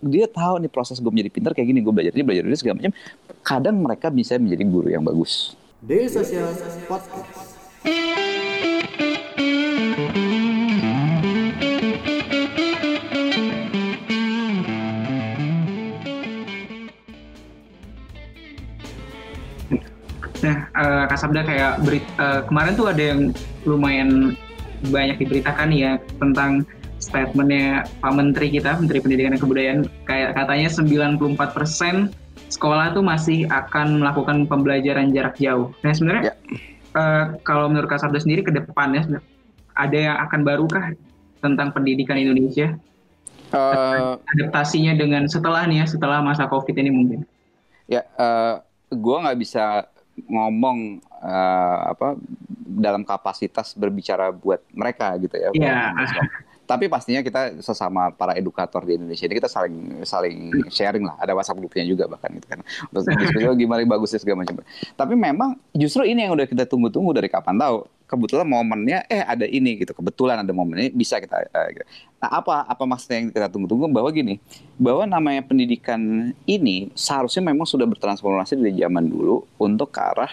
dia tahu nih proses gue menjadi pintar kayak gini, gue belajar ini segala macam. Kadang mereka bisa menjadi guru yang bagus. Daily Social Podcast. Nah, Kak Sabda kayak kemarin tuh ada yang lumayan banyak diberitakan ya tentang statementnya Pak Menteri kita, Menteri Pendidikan dan Kebudayaan, kayak katanya 94% sekolah tuh masih akan melakukan pembelajaran jarak jauh. Nah sebenarnya Ya. Kalau menurut Kak Sabda sendiri ke depannya ada yang akan barukah tentang pendidikan Indonesia? Eh, Adaptasinya dengan setelah masa COVID ini mungkin. Ya, gue nggak bisa ngomong dalam kapasitas berbicara buat mereka gitu ya. Iya. Tapi pastinya kita sesama para edukator di Indonesia ini kita saling saling sharing lah. Ada WhatsApp grupnya juga bahkan gitu kan. Untuk diskusi gimana bagusnya segala macam. Tapi memang justru ini yang udah kita tunggu-tunggu dari kapan tahu. Kebetulan momennya ada ini gitu. Kebetulan ada momen ini bisa kita. Gitu. Nah, apa maksudnya yang kita tunggu-tunggu bahwa gini, bahwa namanya pendidikan ini seharusnya memang sudah bertransformasi dari zaman dulu untuk ke arah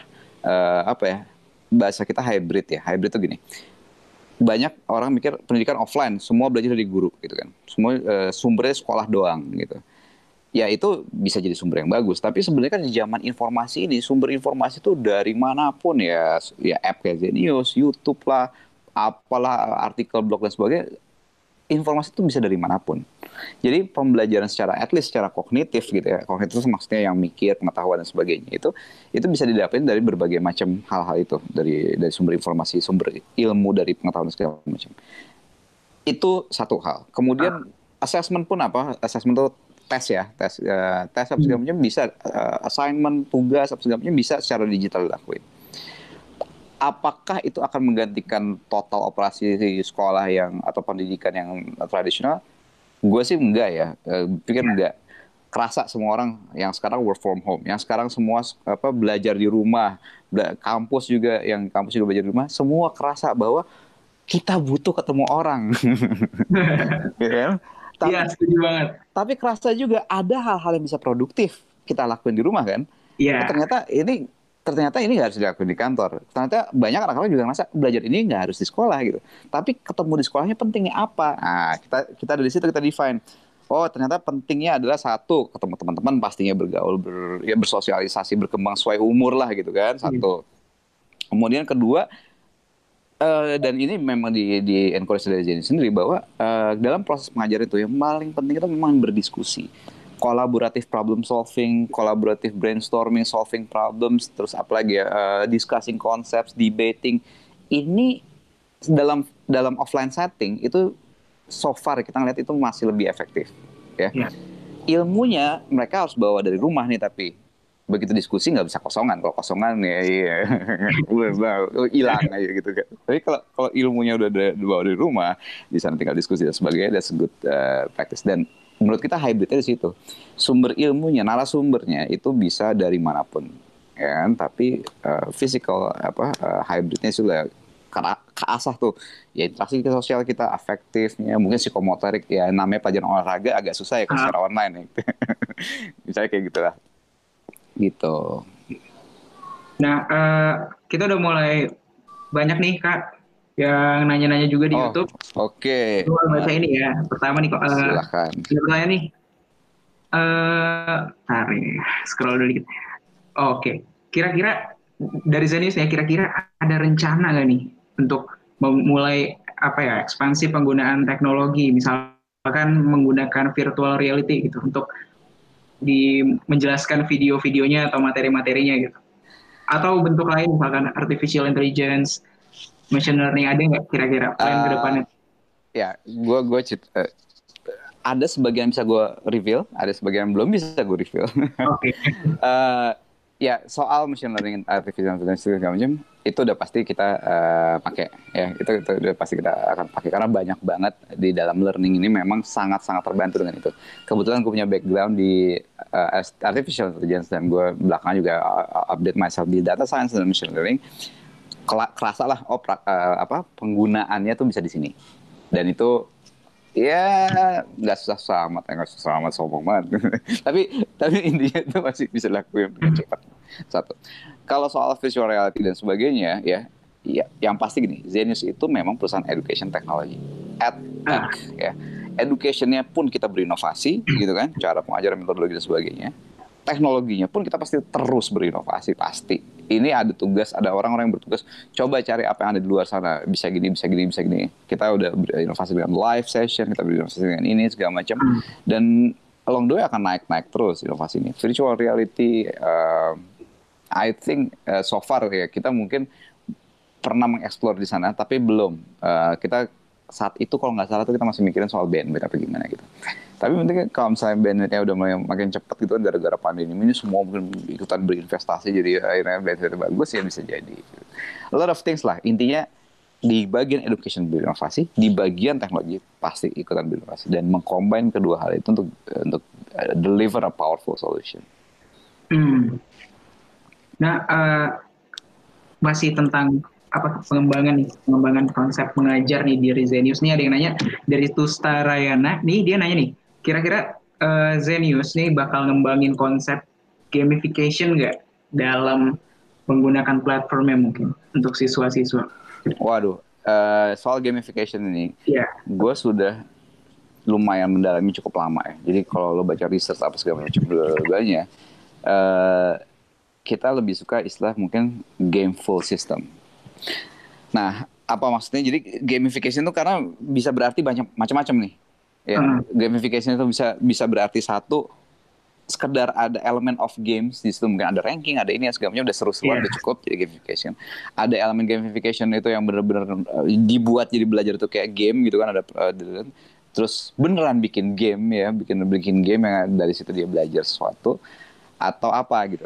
bahasa kita hybrid ya. Hybrid itu gini, banyak orang mikir pendidikan offline, semua belajar dari guru gitu kan. Semua sumbernya sekolah doang gitu. Ya itu bisa jadi sumber yang bagus, tapi sebenarnya kan di zaman informasi ini sumber informasi itu dari manapun ya app kayak Zenius, YouTube lah, apalah artikel blog dan sebagainya, informasi itu bisa dari manapun. Jadi pembelajaran secara at least secara kognitif gitu ya. Kognitif itu maksudnya yang mikir, pengetahuan dan sebagainya. Itu bisa didapetin dari berbagai macam hal-hal itu, dari sumber informasi, sumber ilmu dari pengetahuan dan segala macam. Itu satu hal. Kemudian assessment pun apa? Assessment itu tes ya, tes apa segala macam bisa, assignment, tugas apa segala macam bisa secara digital dilakuin. Apakah itu akan menggantikan total operasi sekolah yang atau pendidikan yang tradisional? Gue sih enggak ya, pikir enggak. Kerasa semua orang yang sekarang work from home, yang sekarang semua belajar di rumah, kampus juga belajar di rumah, semua kerasa bahwa kita butuh ketemu orang. Ya kan? Iya, Tapi setuju banget. tapi kerasa juga ada hal-hal yang bisa produktif kita lakuin di rumah kan. Oh, Iya. ternyata ini nggak harus dilakuin di kantor. Ternyata banyak anak-anak juga ngerasa belajar ini nggak harus di sekolah gitu. Tapi ketemu di sekolahnya pentingnya apa? Nah, kita dari situ kita define. Oh, ternyata pentingnya adalah satu, ketemu teman-teman pastinya bergaul, bersosialisasi, berkembang sesuai umur lah gitu kan. Satu. Kemudian kedua, dan ini memang di encourage dari Jenny sendiri bahwa dalam proses pengajaran itu yang paling penting itu memang berdiskusi, kolaboratif problem solving, kolaboratif brainstorming, solving problems, terus apalagi ya, discussing concepts, debating. Ini dalam dalam offline setting itu so far kita ngeliat itu masih lebih efektif ya. Iya. Ilmunya mereka harus bawa dari rumah nih, tapi begitu diskusi nggak bisa kosongan. Kalau kosongan ya iya hilang aja gitu kan. Tapi kalau ilmunya udah dibawa dari rumah, di sana tinggal diskusi dan sebagainya, that's a good practice. Dan menurut kita hybridnya di situ. Sumber ilmunya, narasumbernya itu bisa dari manapun, ya kan? Tapi physical hybridnya sudah keasah tuh ya, interaksi sosial kita, afektifnya, mungkin psikomotorik ya, namanya pelajaran olahraga agak susah ya kalau secara online ya. Misalnya kayak gitulah gitu. Nah, kita udah mulai banyak nih Kak yang nanya-nanya juga di Oh, YouTube. oke. Coba baca ini ya. Pertama nih kok, Silahkan. ada pertanyaan nih. Tarik, scroll dulu dikit. Oke, kira-kira dari Zenius ya, kira-kira ada rencana nggak nih untuk memulai apa ya, ekspansi penggunaan teknologi, misalkan menggunakan virtual reality gitu untuk menjelaskan video-videonya atau materi-materinya gitu, atau bentuk lain misalkan artificial intelligence, machine learning, ada nggak kira-kira plan ke Eh, depannya? ya, gue ada sebagian bisa gue reveal, ada sebagian belum bisa gue reveal. Oke. Eh, ya, soal machine learning, artificial intelligence segala macam itu udah pasti kita pakai ya, itu udah pasti kita akan pakai karena banyak banget di dalam learning ini, memang sangat-sangat terbantu dengan itu. Kebetulan gue punya background di artificial intelligence dan gue belakangan juga update myself di data science dan machine learning. Kerasa lah penggunaannya tuh bisa di sini, dan itu Ya nggak susah amat, nggak susah amat sombong banget. tapi intinya itu masih bisa dilakuin dengan cepat. Satu. Kalau soal virtual reality dan sebagainya, ya, yang pasti gini, Zenius itu memang perusahaan education technology at Ah, peak, ya. Educationnya pun kita berinovasi, gitu kan, cara pengajaran, metodologi dan sebagainya. Teknologinya pun kita pasti terus berinovasi, pasti. Ini ada tugas, ada orang-orang yang bertugas, coba cari apa yang ada di luar sana, bisa gini, bisa gini, bisa gini. Kita udah berinovasi dengan live session, kita berinovasi dengan ini, segala macam. Dan along the way akan naik-naik terus inovasi ini. Virtual reality, I think so far ya, kita mungkin pernah mengeksplor di sana, tapi belum. Kita saat itu kalau nggak salah tuh kita masih mikirin soal bandwidth apa gimana gitu. Tapi penting kalau misalnya bandwidthnya udah mulai makin cepat gitu kan gara-gara pandemi ini semua mungkin ikutan berinvestasi jadi akhirnya bandwidth bagus ya bisa jadi. A lot of things lah. Intinya di bagian education berinovasi, di bagian teknologi pasti ikutan berinovasi dan mengcombine kedua hal itu untuk deliver a powerful solution. hmm. Nah, masih tentang apa pengembangan konsep mengajar nih di Zenius nih, ada yang nanya dari Tusta Rayana nih, dia nanya nih, kira-kira Zenius nih bakal ngembangin konsep gamification nggak dalam menggunakan platformnya mungkin untuk siswa-siswa? Waduh, soal gamification ini, Iya. gue sudah lumayan mendalami cukup lama ya. Jadi kalau lo baca research apa segala macam dua-duanya, kita lebih suka istilah mungkin gameful system. Nah, apa maksudnya? Jadi gamification itu karena bisa berarti banyak macam-macam nih. Ya, gamification itu bisa berarti satu, sekedar ada elemen of games di situ, mungkin ada ranking, ada ini segala macam, udah seru-seruan, udah cukup jadi gamification. Ada elemen gamification itu yang benar-benar dibuat jadi belajar itu kayak game gitu kan, ada terus beneran bikin game ya, bikin game yang dari situ dia belajar sesuatu atau apa gitu.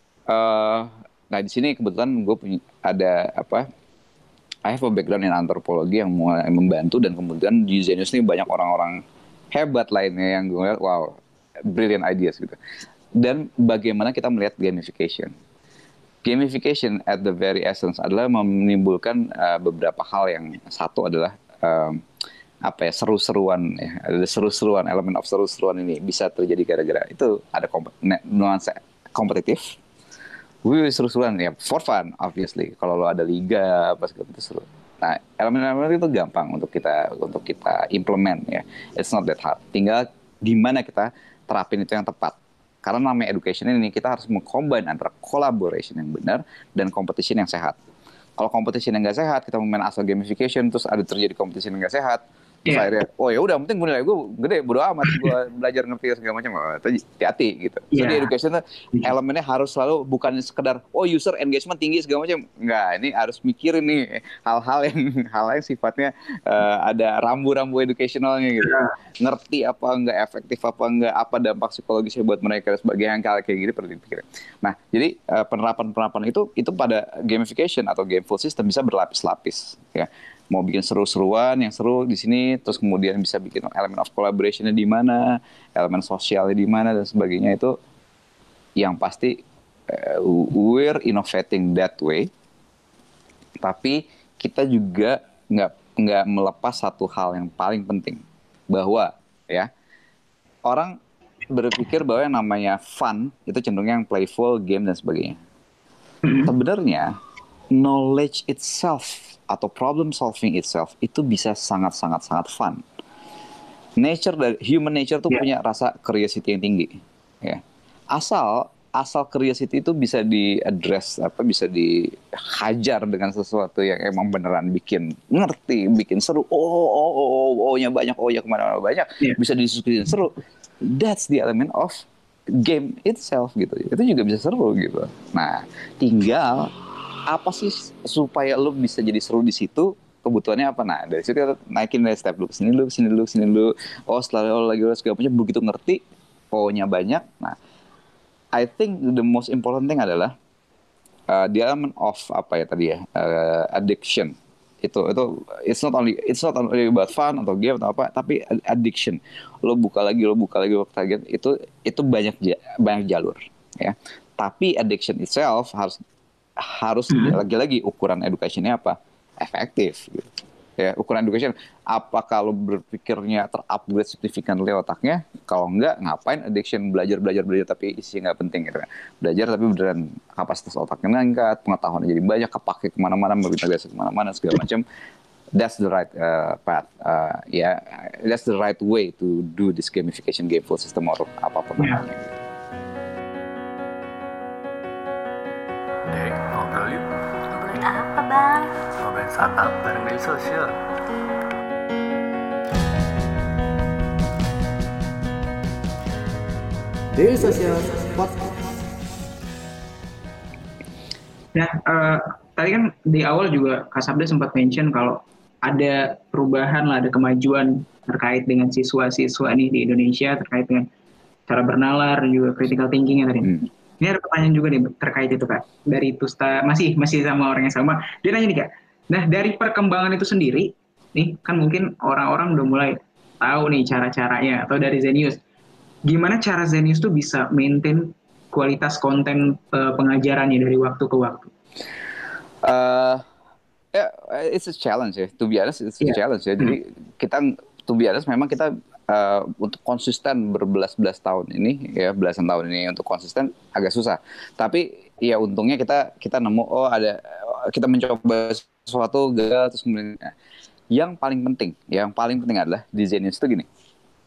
Nah di sini kebetulan gue punya ada apa? I have a background in antropologi yang mulai membantu dan kemudian di Zenius ini banyak orang-orang hebat lainnya yang gue lihat wow brilliant ideas gitu. Dan bagaimana kita melihat gamification. Gamification at the very essence adalah menimbulkan beberapa hal yang satu adalah apa ya seru-seruan ya, ada seru-seruan, elemen of seru-seruan ini bisa terjadi gara-gara itu ada nuansa kompetitif. Wih seru-seruan ya for fun obviously kalau lo ada liga pas gitu seru. Nah elemen-elemen itu gampang untuk kita implement ya, it's not that hard, tinggal di mana kita terapin itu yang tepat. Karena namanya education ini kita harus mengcombine antara collaboration yang benar dan competition yang sehat. Kalau competition yang nggak sehat, kita main asal gamification terus ada terjadi competition yang nggak sehat, terus akhirnya, oh ya udah, penting nilai gue gede, bodo amat, gue belajar ngerti segala macam, hati-hati gitu. Jadi education tuh elemennya harus selalu bukan sekedar, oh user engagement tinggi segala macam, nggak, ini harus mikirin nih hal-hal yang sifatnya ada rambu-rambu educationalnya gitu, ngerti apa enggak, efektif apa enggak, apa dampak psikologisnya buat mereka sebagai yang kayak gini perlu dipikirin. Nah, jadi penerapan itu pada gamification atau gameful system bisa berlapis-lapis ya. Mau bikin seru-seruan yang seru di sini, terus kemudian bisa bikin elemen of collaboration-nya di mana, elemen sosialnya di mana dan sebagainya, itu yang pasti we're innovating that way. Tapi kita juga nggak melepas satu hal yang paling penting, bahwa ya orang berpikir bahwa yang namanya fun itu cenderungnya yang playful, game dan sebagainya. Sebenarnya knowledge itself atau problem solving itself itu bisa sangat fun. Human nature tuh punya rasa curiosity yang tinggi. Ya. Asal curiosity itu bisa di-address, bisa dihajar dengan sesuatu yang emang beneran bikin ngerti, bikin seru. Oh-nya banyak, oh-nya kemana-mana banyak, bisa disusuin seru. That's the element of game itself gitu. Itu juga bisa seru gitu. Nah, tinggal apa sih supaya lo bisa jadi seru di situ, kebutuhannya apa? Nah dari situ kita naikin dari step dulu, sini dulu. Oh setelah lo lagi segala macam begitu ngerti, O-nya banyak. Nah I think the most important thing adalah the element of apa ya tadi ya, addiction. Itu it's not only about fun atau game atau apa, tapi addiction. Lo buka lagi itu banyak jalur ya. Tapi addiction itself harus lagi-lagi ukuran education-nya apa? Efektif gitu. Ya, ukuran education, apa kalau berpikirnya terupgrade significantly otaknya? Kalau enggak, ngapain addiction belajar tapi isinya nggak penting gitu kan. Belajar tapi beneran kapasitas otaknya meningkat, pengetahuannya jadi banyak, kepake kemana-mana, berintegrasi kemana-mana segala macam. That's the right path. That's the right way to do this gamification gameful system or apapun namanya. Dek, ngobrol yuk. Ngobrolin apa, Bang? Ngobrolin startup bareng Daily Social. Daily Social Podcast. Nah, tadi kan di awal juga Kak Sabda sempat mention kalau ada perubahan lah, ada kemajuan terkait dengan siswa-siswa nih di Indonesia, terkait dengan cara bernalar, juga critical thinking ya tadi. Ini ada pertanyaan juga nih terkait itu Kak. Dari Tusta, masih sama orang yang sama. Dia nanya nih Kak, nah dari perkembangan itu sendiri, nih kan mungkin orang-orang udah mulai tahu nih cara-caranya, atau dari Zenius. Gimana cara Zenius tuh bisa maintain kualitas konten pengajarannya dari waktu ke waktu? It's a challenge ya. To be honest, it's a challenge ya. Jadi kita, to be honest, memang kita untuk konsisten berbelas-belas tahun ini, ya belasan tahun ini untuk konsisten agak susah. Tapi ya untungnya kita nemu kita mencoba sesuatu gagal terus kemudian. Yang paling penting adalah di Zenius itu gini.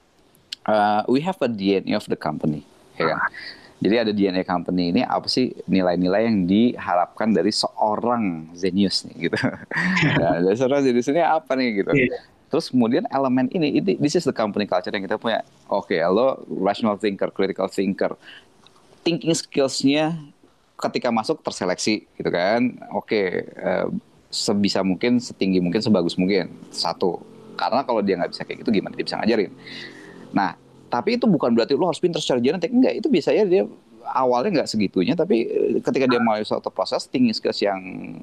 We have a DNA of the company, ya kan? Jadi ada DNA company ini apa sih nilai-nilai yang diharapkan dari seorang Zenius nih gitu. Nah, dari seorang Zenius ini apa nih gitu. Terus kemudian elemen ini this is the company culture yang kita punya. Oke, lo rational thinker, critical thinker, thinking skills-nya ketika masuk terseleksi gitu kan. Oke, sebisa mungkin, setinggi mungkin, sebagus mungkin. Satu, karena kalau dia nggak bisa kayak gitu gimana dia bisa ngajarin. Nah, tapi itu bukan berarti lo harus pintar secara genetik. Enggak, itu biasanya dia awalnya nggak segitunya, tapi ketika dia mulai suatu proses, tinggi skills yang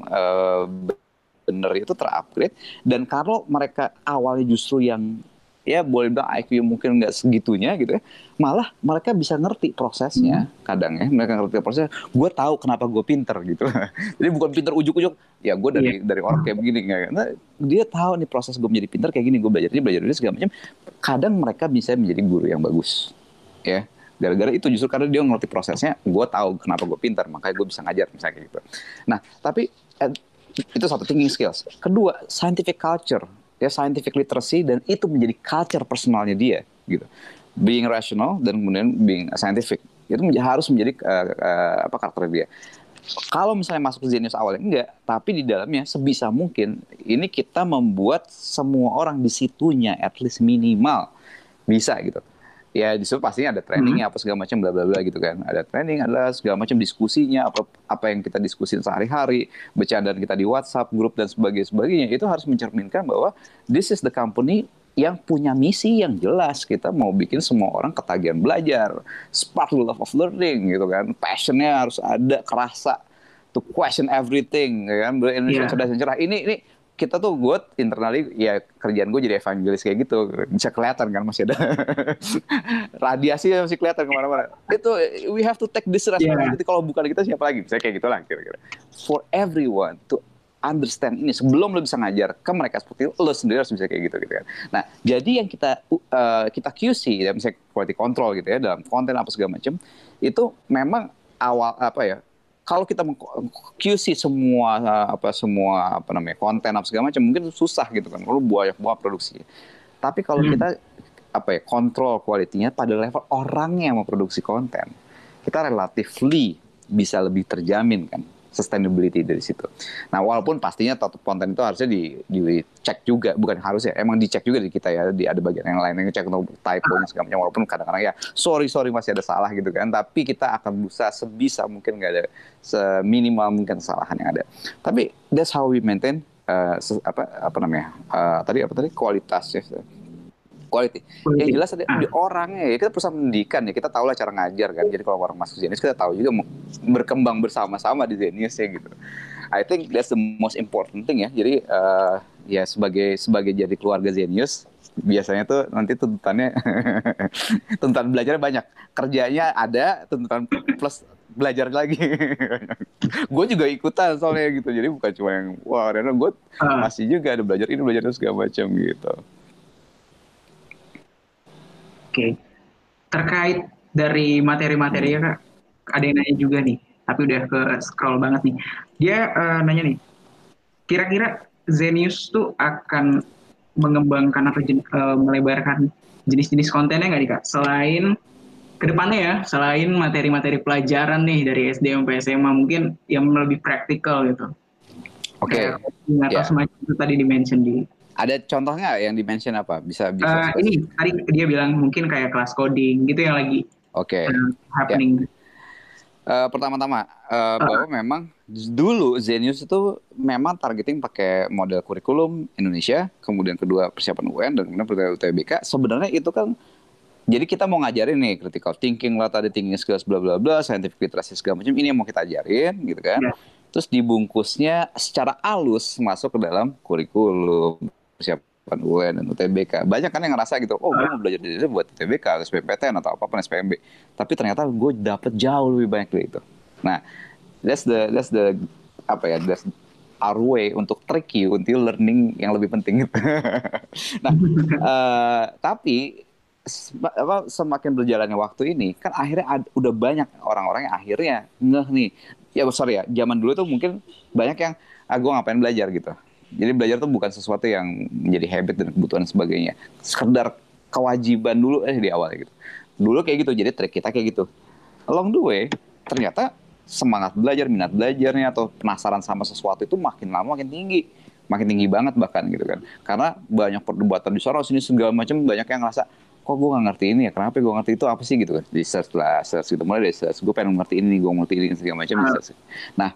benar itu terupgrade. Dan kalau mereka awalnya justru yang, ya boleh bilang IQ mungkin nggak segitunya gitu ya, malah mereka bisa ngerti prosesnya. Kadang ya, mereka ngerti prosesnya. Gue tahu kenapa gue pinter gitu. Jadi bukan pinter ujuk-ujuk, ya gue dari orang kayak begini. Nah, dia tahu nih proses gue menjadi pinter kayak gini, gue belajar ini segala macam. Kadang mereka bisa menjadi guru yang bagus, ya. Gara-gara itu, justru karena dia ngerti prosesnya, gue tahu kenapa gue pintar, makanya gue bisa ngajar misalnya kayak gitu. Nah, tapi itu satu, thinking skills. Kedua, scientific culture, ya, scientific literacy, dan itu menjadi culture personalnya dia, gitu. Being rational dan kemudian being scientific, itu harus menjadi karakter dia. Kalau misalnya masuk ke Zenius awalnya enggak, tapi di dalamnya sebisa mungkin ini kita membuat semua orang di situnya at least minimal bisa gitu. Ya di situ pastinya ada trainingnya apa segala macam bla bla bla gitu kan. Ada training, ada segala macam diskusinya, apa yang kita diskusin sehari-hari, bercandaan kita di WhatsApp grup dan sebagainya. Itu harus mencerminkan bahwa this is the company yang punya misi yang jelas. Kita mau bikin semua orang ketagihan belajar, spark the love of learning gitu kan. Passionnya harus ada, kerasa to question everything, ya kan. Indonesia cerdas dan cerah. Ini kita tuh, gue internally ya kerjaan gue jadi evangelis kayak gitu, bisa kelihatan kan, masih ada radiasi masih kelihatan kemana-mana. Itu we have to take this responsibility. Kalau bukan kita siapa lagi? Bisa kayak gitu lah kira-kira. For everyone to understand ini sebelum lo bisa ngajar ke mereka seperti itu, lo sendiri harus bisa kayak gitu kan. Nah, jadi yang kita QC ya, misalnya quality control gitu ya dalam konten apa segala macam, itu memang awal kalau kita QC semua konten apa segala macam mungkin susah gitu kan, kalau banyak produksi. Tapi kalau kita kontrol kualitinya pada level orang yang memproduksi konten, kita relatively bisa lebih terjamin kan sustainability dari situ. Nah, walaupun pastinya konten itu harusnya dicek juga, bukan harus ya, emang dicek juga di kita ya, ada bagian yang lain yang ngecek untuk typo-nya segala macam, walaupun kadang-kadang ya sorry masih ada salah gitu kan, tapi kita akan berusaha sebisa mungkin nggak ada, seminimal mungkin kesalahan yang ada. Tapi that's how we maintain tadi kualitas ya. Quality. Yang jelas ada di orangnya ya. Kita perusahaan pendidikan ya, kita tahu lah cara ngajar kan. Jadi kalau orang masuk Zenius, kita tahu juga berkembang bersama-sama di Zenius ya gitu. I think that's the most important thing ya. Jadi ya sebagai jadi keluarga Zenius, biasanya tuh nanti tuntutannya tuntutan belajarnya banyak, kerjanya ada, tuntutan plus belajar lagi. Gue juga ikutan soalnya gitu. Jadi bukan cuma yang wah Reno, gue masih juga ada belajar ini belajar itu segala macam gitu. Oke. Terkait dari materi-materinya Kak, ada yang nanya juga nih, tapi udah ke scroll banget nih. Dia nanya nih, kira-kira Zenius tuh akan mengembangkan atau melebarkan jenis-jenis kontennya nggak nih Kak? Selain kedepannya ya, selain materi-materi pelajaran nih dari SD sampai SMA mungkin yang lebih praktikal gitu. Oke. Atau semacam itu tadi dimention di. Ada contohnya yang dimention apa? Bisa. Ini tadi dia bilang mungkin kayak kelas coding gitu yang lagi happening. Pertama-tama bahwa memang dulu Zenius itu memang targeting pakai model kurikulum Indonesia, kemudian kedua persiapan UN dan kemudian persiapan UTBK. Sebenarnya itu kan jadi kita mau ngajarin nih critical thinking lah, tadi thinking skills bla bla bla, scientific literacy segala macam, ini yang mau kita ajarin gitu kan. Terus dibungkusnya secara halus masuk ke dalam kurikulum persiapan UN dan UTBK. Banyak kan yang ngerasa gitu, oh gue mau belajar dari itu buat UTBK, SBMPTN atau apapun SPMB. Tapi ternyata gue dapet jauh lebih banyak dari itu. Nah, that's the that's our way untuk trick you until learning yang lebih penting. Nah, tapi semakin berjalannya waktu ini kan akhirnya udah banyak orang-orang yang akhirnya ngeh nih. Ya sorry ya, zaman dulu tuh mungkin banyak yang gue ngapain belajar gitu. Jadi belajar tuh bukan sesuatu yang menjadi habit dan kebutuhan dan sebagainya. Sekedar kewajiban dulu di awal gitu. Dulu kayak gitu, jadi trik kita kayak gitu. Along the way, ternyata semangat belajar, minat belajarnya atau penasaran sama sesuatu itu makin lama makin tinggi. Makin tinggi banget bahkan gitu kan. Karena banyak perdebatan di sana sini segala macam, banyak yang ngerasa kok gue gak ngerti ini ya, kenapa gue ngerti itu apa sih gitu kan. Di search gitu, mulai dari search, gue pengen ngerti ini, gue ngerti ini segala macam. Nah,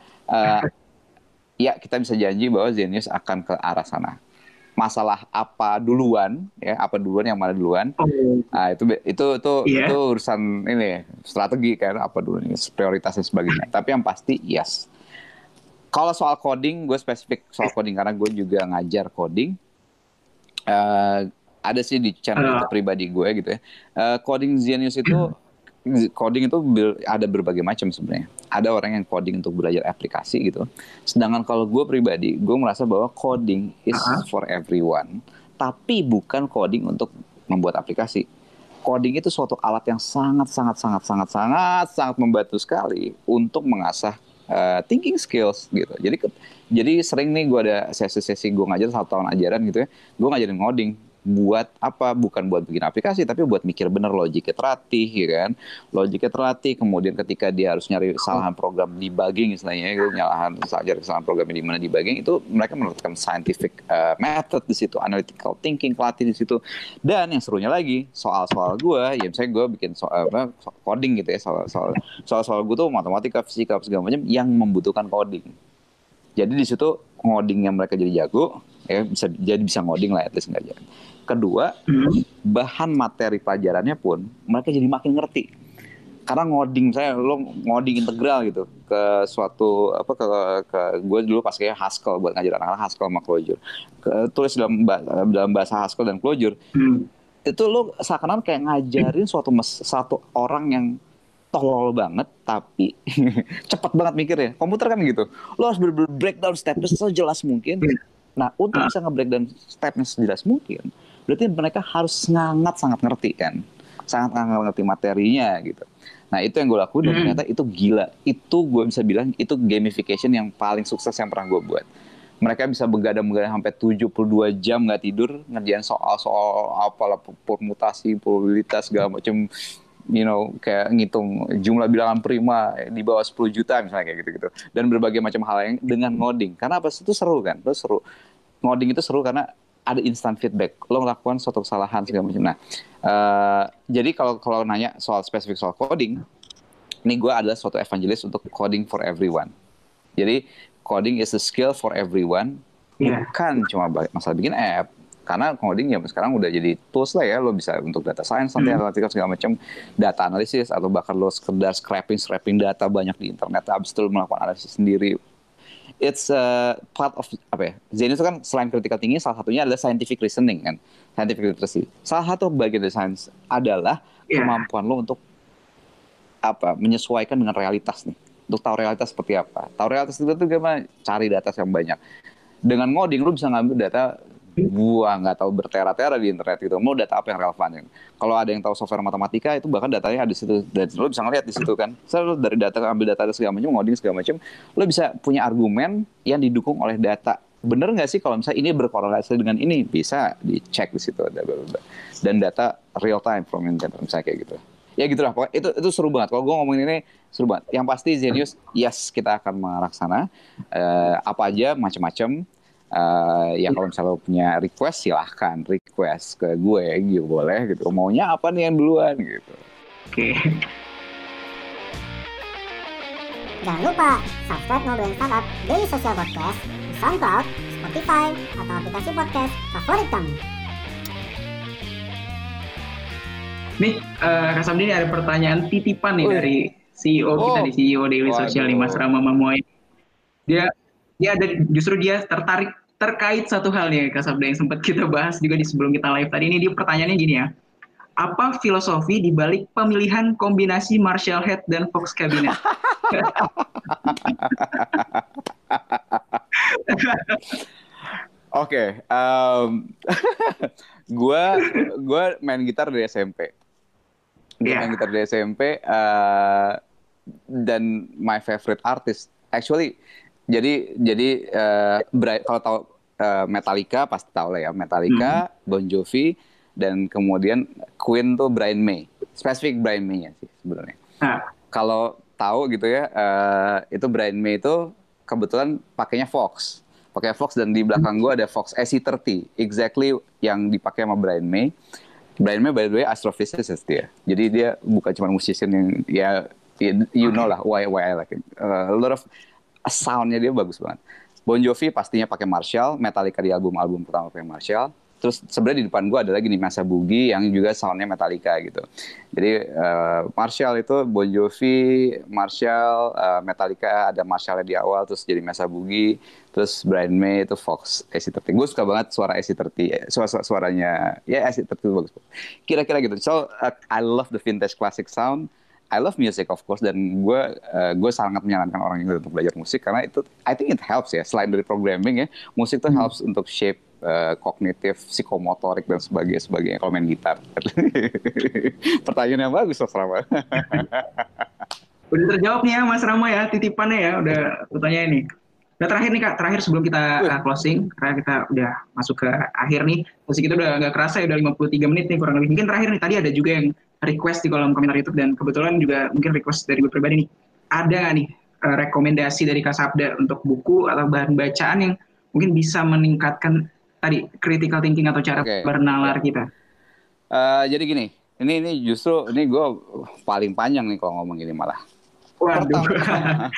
ya kita bisa janji bahwa Zenius akan ke arah sana. Masalah apa duluan yang mana duluan? Nah, itu urusan ini strategi kan, apa duluan prioritas dan sebagainya. Tapi yang pasti yes. Kalau soal coding, gue spesifik soal coding karena gue juga ngajar coding. Ada sih di channel YouTube pribadi gue gitu ya. Coding Zenius itu coding itu ada berbagai macam sebenarnya. Ada orang yang coding untuk belajar aplikasi gitu. Sedangkan kalau gue pribadi, gue merasa bahwa coding is for everyone. Tapi bukan coding untuk membuat aplikasi. Coding itu suatu alat yang sangat membantu sekali untuk mengasah thinking skills gitu. Jadi sering nih gue ada sesi-sesi gue ngajar 1 tahun ajaran gitu ya. Gue ngajarin coding. Buat apa? Bukan buat bikin aplikasi, tapi buat mikir bener, logiknya terlatih, ya kan? Logiknya terlatih, kemudian ketika dia harus nyari kesalahan program debugging, istilahnya, gitu, kesalahan program di mana debugging, itu mereka menerapkan scientific method di situ, analytical thinking, pelatih di situ. Dan yang serunya lagi, soal-soal gue, ya misalnya gue bikin coding gitu ya, soal-soal gue tuh matematika, fisika, segala macam yang membutuhkan coding. Jadi di situ ngoding yang mereka jadi jago, ya bisa ngoding lah, at least nggak jago. Kedua, bahan materi pelajarannya pun mereka jadi makin ngerti. Karena ngoding, misalnya lo ngoding integral gitu ke suatu ke gue dulu pas kayak Haskell buat ngajar anak-anak Haskell sama Clojure. Tulis dalam bahasa Haskell dan Clojure. Itu lo seakan-akan kayak ngajarin satu orang yang tolol banget tapi cepat banget mikirnya. Komputer kan gitu. Lo harus breakdown stepnya sejelas mungkin. Nah, untuk bisa nge-breakdown stepnya sejelas mungkin, berarti mereka harus sangat ngerti kan. Sangat ngerti materinya gitu. Nah, itu yang gue lakuin dan ternyata itu gila. Itu gue bisa bilang itu gamification yang paling sukses yang pernah gue buat. Mereka bisa begadang sampai 72 jam nggak tidur ngerjain soal apalah permutasi, probabilitas segala macam. Kayak ngitung jumlah bilangan prima di bawah 10 juta misalnya kayak gitu-gitu. Dan berbagai macam hal yang dengan ngoding. Karena apa? Itu seru kan? Itu seru. Ngoding itu seru karena ada instant feedback. Lo ngelakukan suatu kesalahan segala macam. Nah, jadi kalau nanya soal spesifik soal coding, ini gue adalah suatu evangelis untuk coding for everyone. Jadi coding is a skill for everyone. Bukan cuma masalah bikin app. Karena coding ya sekarang udah jadi tools lah ya, lo bisa untuk data science, nanti analytical segala macam, data analisis, atau bahkan lo sekedar scraping data banyak di internet, abis itu lo melakukan analisis sendiri. It's part of Zenius itu kan selain critical thinking, salah satunya adalah scientific reasoning kan, scientific literacy. Salah satu bagian dari science adalah kemampuan lo untuk menyesuaikan dengan realitas nih. Untuk tahu realitas seperti apa. Tahu realitas itu tuh gimana? Cari data yang banyak. Dengan ngoding lu bisa ngambil data nggak tahu bertera-tera di internet gitu. Mau data apa yang relevan? Kalau ada yang tahu software matematika itu bahkan datanya ada di situ. Dan lu bisa ngeliat di situ kan. Lu dari data ambil data segala macam, ngoding segala macam, lu bisa punya argumen yang didukung oleh data. Bener nggak sih kalau misalnya ini berkorelasi dengan ini? Bisa dicek di situ. Dan data real time from internet misalnya kayak gitu. Ya gitu lah, pokoknya itu seru banget. Kalau gue ngomongin ini seru banget. Yang pasti Zenius, yes kita akan melaksana apa aja macam-macam. Ya kalau misalnya punya request silahkan request ke gue gitu boleh gitu. Maunya apa nih yang duluan gitu. Oke. Jangan lupa subscribe Ngobrolin Startup Daily Social Podcast di SoundCloud, Spotify, atau aplikasi podcast favorit kamu. Nih, Kak Sabdi ini ada pertanyaan titipan nih dari CEO kita di CEO Daily Social nih, Mas Rama Mamuai. Dia terkait satu hal nih Kak Sabda yang sempat kita bahas juga di sebelum kita live tadi. Ini dia pertanyaannya gini ya. Apa filosofi di balik pemilihan kombinasi Marshall Head dan Fox Cabinet? Oke, gue main gitar dari SMP. Main gitar dari SMP dan my favorite artist actually. Jadi kalau tahu Metallica pasti tahu lah ya, Metallica, Bon Jovi, dan kemudian Queen tuh Brian May. Spesifik Brian May-nya sih sebenarnya. Kalau tahu gitu ya, itu Brian May itu kebetulan pakainya Fox. Pakai Fox dan di belakang gue ada Fox SC30, exactly yang dipakai sama Brian May. Brian May by the way astrophysicist dia. Jadi dia bukan cuma musician yang you know lah why I like it. A lot of soundnya dia bagus banget. Bon Jovi pastinya pakai Marshall, Metallica di album pertama pakai Marshall. Terus sebenarnya di depan gue ada lagi nih Mesa Boogie yang juga soundnya Metallica gitu. Jadi Marshall itu Bon Jovi, Marshall, Metallica ada Marshallnya di awal, terus jadi Mesa Boogie, terus Brian May itu Fox SC30. Gue suka banget suara SC30, suaranya ya SC30 bagus. Kira-kira gitu. So I love the vintage classic sound. I love music of course, dan gue sangat menyarankan orang itu untuk belajar musik karena itu I think it helps ya, selain dari programming ya, musik tuh helps untuk shape kognitif, psikomotorik dan sebagainya kalau main gitar. Pertanyaan yang bagus Mas Rama. Udah terjawab nih ya Mas Rama ya, titipannya ya udah pertanyaan ini. Nah terakhir nih Kak, sebelum kita closing, karena kita udah masuk ke akhir nih, musik kita udah nggak kerasa ya, udah 53 menit nih kurang lebih. Mungkin terakhir nih, tadi ada juga yang request di kolom komentar YouTube, dan kebetulan juga mungkin request dari gue pribadi nih. Ada nggak nih rekomendasi dari Kak Sabda untuk buku atau bahan bacaan yang mungkin bisa meningkatkan tadi critical thinking atau cara bernalar kita? Jadi gini, ini justru ini gue paling panjang nih kalau ngomong gini malah. Pertama,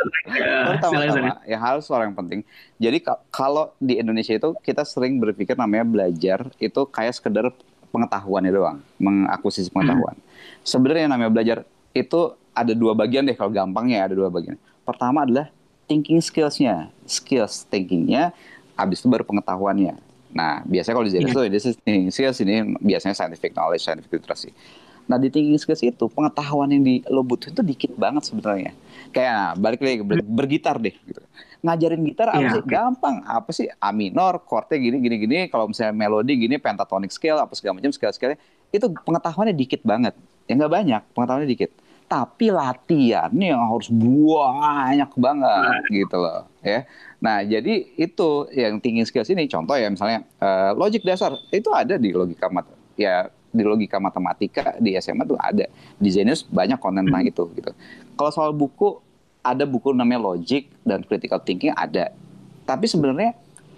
yang harus orang yang penting. Jadi kalau di Indonesia itu kita sering berpikir namanya belajar itu kayak sekedar pengetahuannya doang, mengakuisisi pengetahuan. Sebenarnya yang namanya belajar itu ada dua bagian deh, kalau gampangnya ada dua bagian. Pertama adalah thinking skills-nya, skills thinkingnya, habis itu baru pengetahuannya. Nah, biasanya kalau di Zenius itu thinking skills ini biasanya scientific knowledge, scientific literacy. Nah, di thinking skills itu pengetahuan yang lo butuhin itu dikit banget sebenarnya. Kayak balik lagi bergitar deh gitu. Ngajarin gitar apa sih? Gampang. Apa sih? A minor, chordnya gini. Kalau misalnya melodi gini, pentatonic scale, apa segala macam scale-scale. Itu pengetahuannya dikit banget. Ya nggak banyak, pengetahuannya dikit. Tapi latihannya yang harus banyak banget gitu loh. Ya. Nah, jadi itu yang thinking skills ini. Contoh ya misalnya logic dasar. Itu ada di logika di logika matematika di SMA tuh ada. Di Zenius banyak konten tentang itu gitu. Kalau soal buku, ada buku namanya Logic dan Critical Thinking ada. Tapi sebenarnya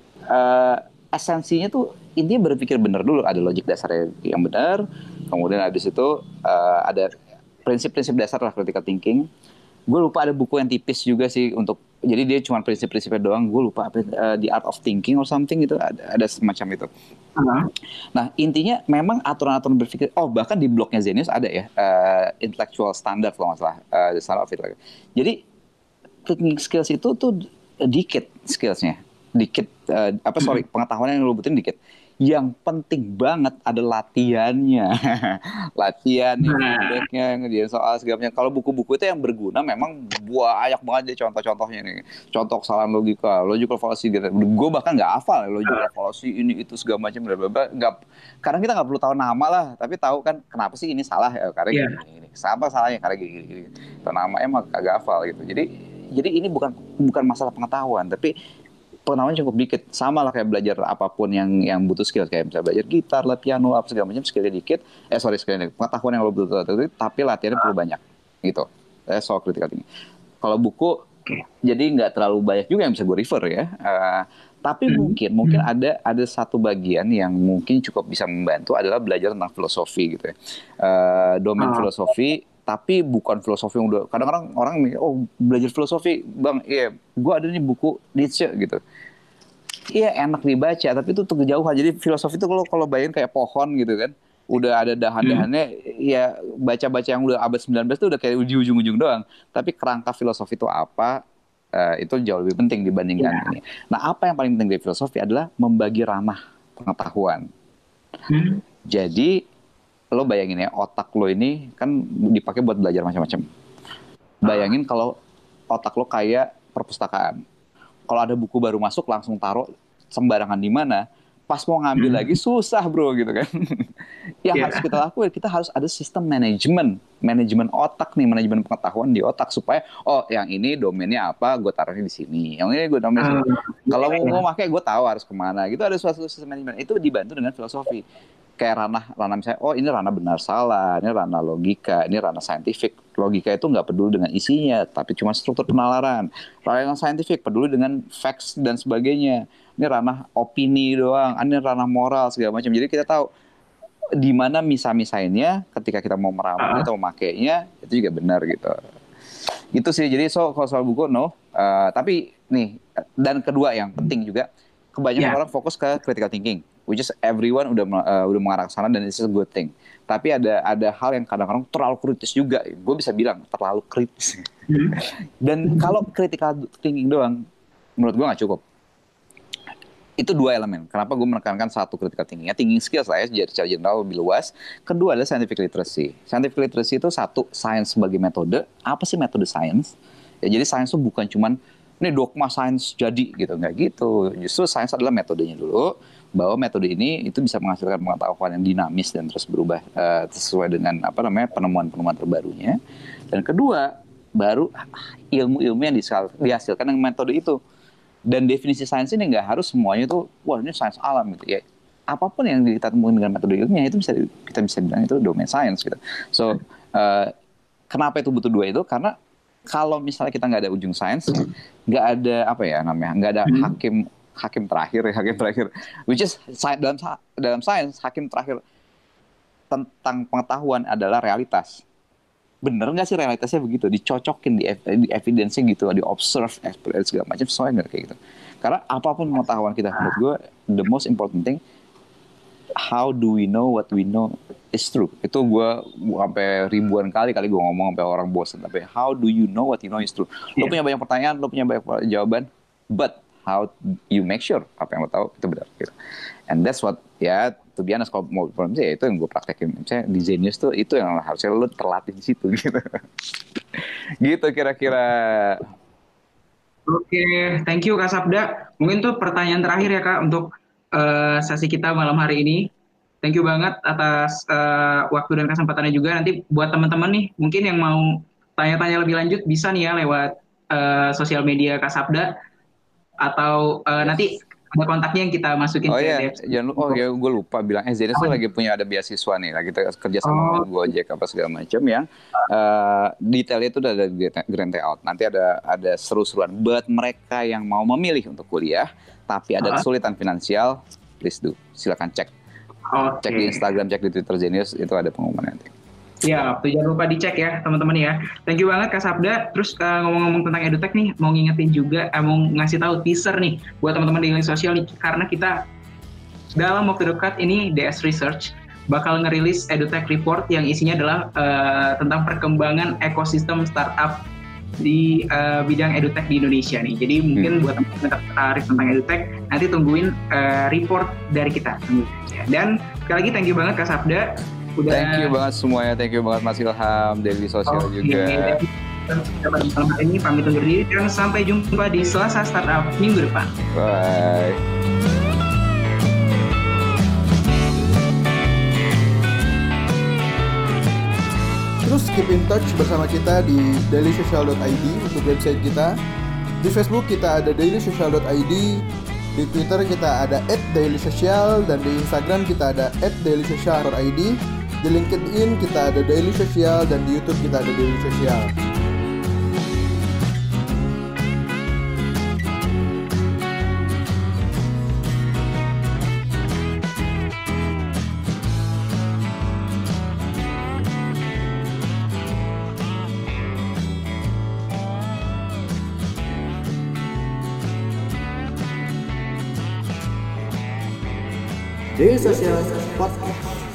esensinya tuh intinya berpikir benar dulu. Ada logik dasarnya yang benar, kemudian habis itu ada prinsip-prinsip dasar lah critical thinking. Gue lupa ada buku yang tipis juga sih untuk, jadi dia cuma prinsip-prinsipnya doang. Gue lupa apa, The Art of Thinking or something gitu, ada semacam itu. Nah intinya memang aturan-aturan berpikir. Bahkan di blognya Zenius ada ya, intellectual standard kalau nggak salah, the standard of it. Jadi thinking skills itu tuh dikit skillsnya, dikit pengetahuan yang lo butuhin dikit. Yang penting banget ada latihannya. Latihannya, feedbacknya, ngerjain soal segala macam. Kalau buku-buku itu yang berguna memang banyak banget deh contoh-contohnya nih. Contoh kesalahan logika, logical fallacy gitu. Gue bahkan nggak hafal ya, logical fallacy ini itu segala macam. Nggak, karena kita nggak perlu tahu nama lah, tapi tahu kan kenapa sih ini salah ya, karena gini. Apa salahnya karena gini. Tahu namanya mah kagak hafal gitu. Jadi ini bukan masalah pengetahuan, tapi pengetahuan cukup dikit. Sama lah kayak belajar apapun yang butuh skill, kayak misalnya belajar gitar, lah piano, apa segala macam, skillnya dikit. Skillnya pengetahuan yang lo butuh, tapi latihannya perlu banyak gitu. Soal critical thinking. Kalau buku jadi nggak terlalu banyak juga yang bisa gue refer ya. Tapi mungkin ada satu bagian yang mungkin cukup bisa membantu adalah belajar tentang filosofi gitu ya. Domain filosofi, tapi bukan filosofi yang udah, kadang-kadang orang mikir, oh belajar filosofi bang, iya gue ada nih buku Nietzsche gitu. Iya enak dibaca, tapi itu tuh kejauhan. Jadi filosofi itu kalau bayangin kayak pohon gitu kan, udah ada dahan-dahannya, ya baca-baca yang udah abad 19 itu udah kayak di ujung-ujung doang. Tapi kerangka filosofi itu apa, itu jauh lebih penting dibandingkan ini. Nah apa yang paling penting dari filosofi adalah membagi ranah pengetahuan. Jadi lo bayangin ya, otak lo ini kan dipakai buat belajar macam-macam. Bayangin kalau otak lo kayak perpustakaan. Kalau ada buku baru masuk langsung taruh sembarangan di mana, pas mau ngambil lagi susah bro gitu kan. Yang harus kita lakukan, kita harus ada sistem manajemen otak nih, manajemen pengetahuan di otak supaya yang ini domainnya apa, gue taruhnya di sini. Yang ini gue domainnya sini. Kalau mau pakai gue tahu harus kemana. Gitu ada suatu sistem manajemen. Itu dibantu dengan filosofi. Kayak ranah misalnya, ini ranah benar salah, ini ranah logika, ini ranah saintifik. Logika itu nggak peduli dengan isinya, tapi cuma struktur penalaran. Ranah saintifik peduli dengan facts dan sebagainya. Ini ranah opini doang, ini ranah moral segala macam. Jadi kita tahu di mana misa-misainnya ketika kita mau meramalnya atau memakainya, itu juga benar gitu. Gitu sih. Jadi kalau soal buku tapi nih, dan kedua yang penting juga, kebanyakan orang fokus ke critical thinking, which is everyone udah mengarah ke sana dan it's a good thing. Tapi ada hal yang kadang-kadang terlalu kritis juga. Gue bisa bilang terlalu kritis. Dan kalau critical thinking doang, menurut gue nggak cukup. Itu dua elemen. Kenapa gue menekankan satu critical thinking? Thinking skills lah ya, secara general lebih luas. Kedua adalah scientific literacy. Scientific literacy itu satu, science sebagai metode. Apa sih metode science? Ya, jadi science itu bukan cuman ini dogma science jadi gitu, nggak gitu. Justru science adalah metodenya dulu. Bahwa metode ini itu bisa menghasilkan pengetahuan yang dinamis dan terus berubah sesuai dengan penemuan-penemuan terbarunya. Dan kedua, baru ilmu-ilmu yang dihasilkan dengan metode itu. Dan definisi sains ini nggak harus semuanya itu, wah ini sains alam gitu ya. Apapun yang kita temukan dengan metode ilmiah itu kita bisa bilang itu domain sains gitu. So kenapa itu butuh dua itu? Karena kalau misalnya kita nggak ada ujung sains, nggak ada nggak ada hakim terakhir, which is dalam sains hakim terakhir tentang pengetahuan adalah realitas. Bener nggak sih realitasnya begitu? Dicocokin di evidence-nya gitu, di observe, experience segala macam, sesuai nggak kayak gitu? Karena apapun pengetahuan kita, menurut gue, the most important thing, how do we know what we know is true? Itu gue sampai ribuan kali gue ngomong sampai orang bosan. Tapi how do you know what you know is true? Lo punya banyak pertanyaan, lo punya banyak jawaban, but how you make sure apa yang lo tahu itu benar gitu. And that's what to be honest, kalau mau problem sih itu yang gue praktekin. Misalnya di Zenius tuh itu yang harusnya lo terlatih di situ gitu. Gitu kira-kira. Oke, thank you Kak Sabda. Mungkin tuh pertanyaan terakhir ya Kak untuk sesi kita malam hari ini. Thank you banget atas waktu dan kesempatannya juga. Nanti buat teman-teman nih, mungkin yang mau tanya-tanya lebih lanjut bisa nih ya lewat sosial media Kak Sabda. Atau nanti ada kontaknya yang kita masukin gue lupa bilang Zenius tuh lagi ada beasiswa nih, lagi kerja sama Gojek apa segala macam yang detailnya itu udah ada grant out. Nanti ada seru-seruan buat mereka yang mau memilih untuk kuliah tapi ada kesulitan finansial, please silakan cek di Instagram, cek di Twitter Zenius, itu ada pengumuman nanti. Ya, jangan lupa dicek ya teman-teman ya. Thank you banget Kak Sabda. Terus ngomong-ngomong tentang EduTech nih, mau ngingetin juga, mau ngasih tahu teaser nih buat teman-teman di lini sosial nih, karena kita dalam waktu dekat ini DS Research bakal ngerilis EduTech Report yang isinya adalah tentang perkembangan ekosistem startup di bidang edutech di Indonesia nih. Jadi mungkin buat teman-teman yang tertarik tentang edutech, nanti tungguin report dari kita. Dan sekali lagi thank you banget Kak Sabda. Thank you banget semuanya, thank you banget Mas Ilham, Daily Social juga. Malam hari ini pamit undur diri dan sampai jumpa di Selasa Startup minggu depan. Bye. Terus keep in touch bersama kita di dailysocial.id untuk website kita. Di Facebook kita ada dailysocial.id, di Twitter kita ada @dailysocial, dan di Instagram kita ada @dailysocial_id. Di LinkedIn kita ada Daily Social, dan di YouTube kita ada Daily Social. Daily Social Podcast.